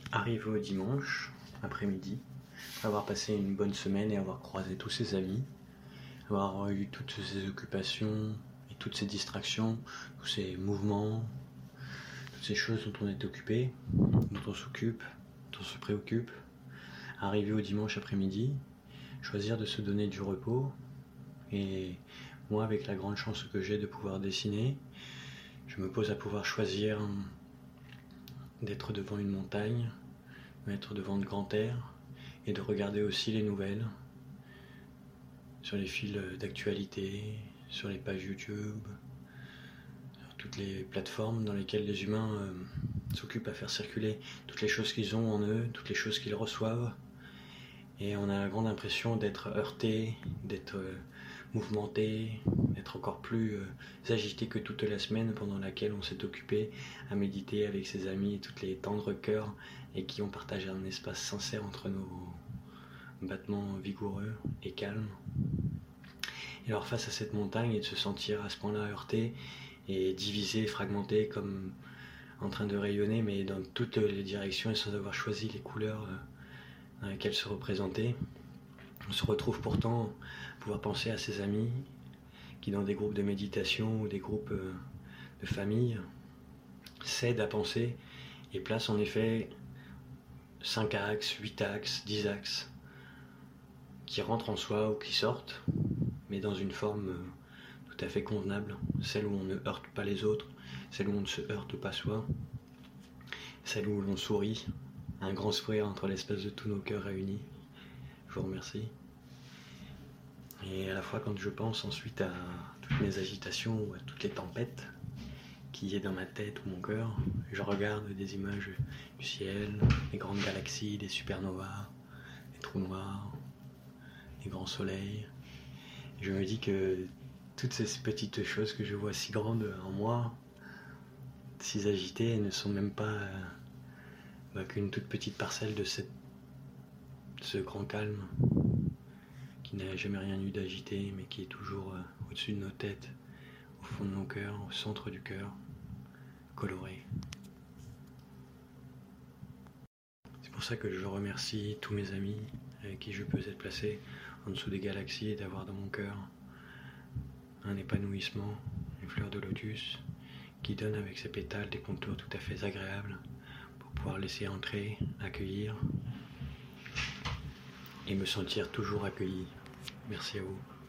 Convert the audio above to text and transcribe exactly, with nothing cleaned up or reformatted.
Arrivé au dimanche, après-midi, avoir passé une bonne semaine et avoir croisé tous ses amis, avoir eu toutes ces occupations et toutes ces distractions, tous ces mouvements, toutes ces choses dont on est occupé, dont on s'occupe, dont on se préoccupe. Arrivé au dimanche après-midi, choisir de se donner du repos. Et moi, avec la grande chance que j'ai de pouvoir dessiner, je me pose à pouvoir choisir d'être devant une montagne, d'être devant de grands airs et de regarder aussi les nouvelles sur les fils d'actualité, sur les pages YouTube, sur toutes les plateformes dans lesquelles les humains euh, s'occupent à faire circuler toutes les choses qu'ils ont en eux, toutes les choses qu'ils reçoivent. Et on a la grande impression d'être heurté, d'être euh, mouvementé, d'être encore plus euh, agité que toute la semaine pendant laquelle on s'est occupé à méditer avec ses amis et toutes les tendres cœurs et qui ont partagé un espace sincère entre nos battements vigoureux et calmes. Et alors face à cette montagne et de se sentir à ce point-là heurté et divisé, fragmenté, comme en train de rayonner mais dans toutes les directions et sans avoir choisi les couleurs euh, dans lesquelles se représenter, on se retrouve pourtant à pouvoir penser à ses amis qui dans des groupes de méditation ou des groupes de famille s'aident à penser et placent en effet cinq axes, huit axes, dix axes qui rentrent en soi ou qui sortent, mais dans une forme tout à fait convenable, celle où on ne heurte pas les autres, celle où on ne se heurte pas soi, celle où l'on sourit, un grand sourire entre l'espace de tous nos cœurs réunis. Je vous remercie. Et à la fois quand je pense ensuite à toutes mes agitations ou à toutes les tempêtes qu'il y a dans ma tête ou mon cœur, je regarde des images du ciel, des grandes galaxies, des supernovas, des trous noirs, des grands soleils. Et je me dis que toutes ces petites choses que je vois si grandes en moi, si agitées, ne sont même pas euh, bah, qu'une toute petite parcelle de cette, ce grand calme qui n'a jamais rien eu d'agité, mais qui est toujours euh, au-dessus de nos têtes, au fond de nos cœurs, au centre du cœur, coloré. C'est pour ça que je remercie tous mes amis avec qui je peux être placé en dessous des galaxies et d'avoir dans mon cœur un épanouissement, une fleur de lotus qui donne avec ses pétales des contours tout à fait agréables pour pouvoir laisser entrer, accueillir et me sentir toujours accueilli. Merci à vous.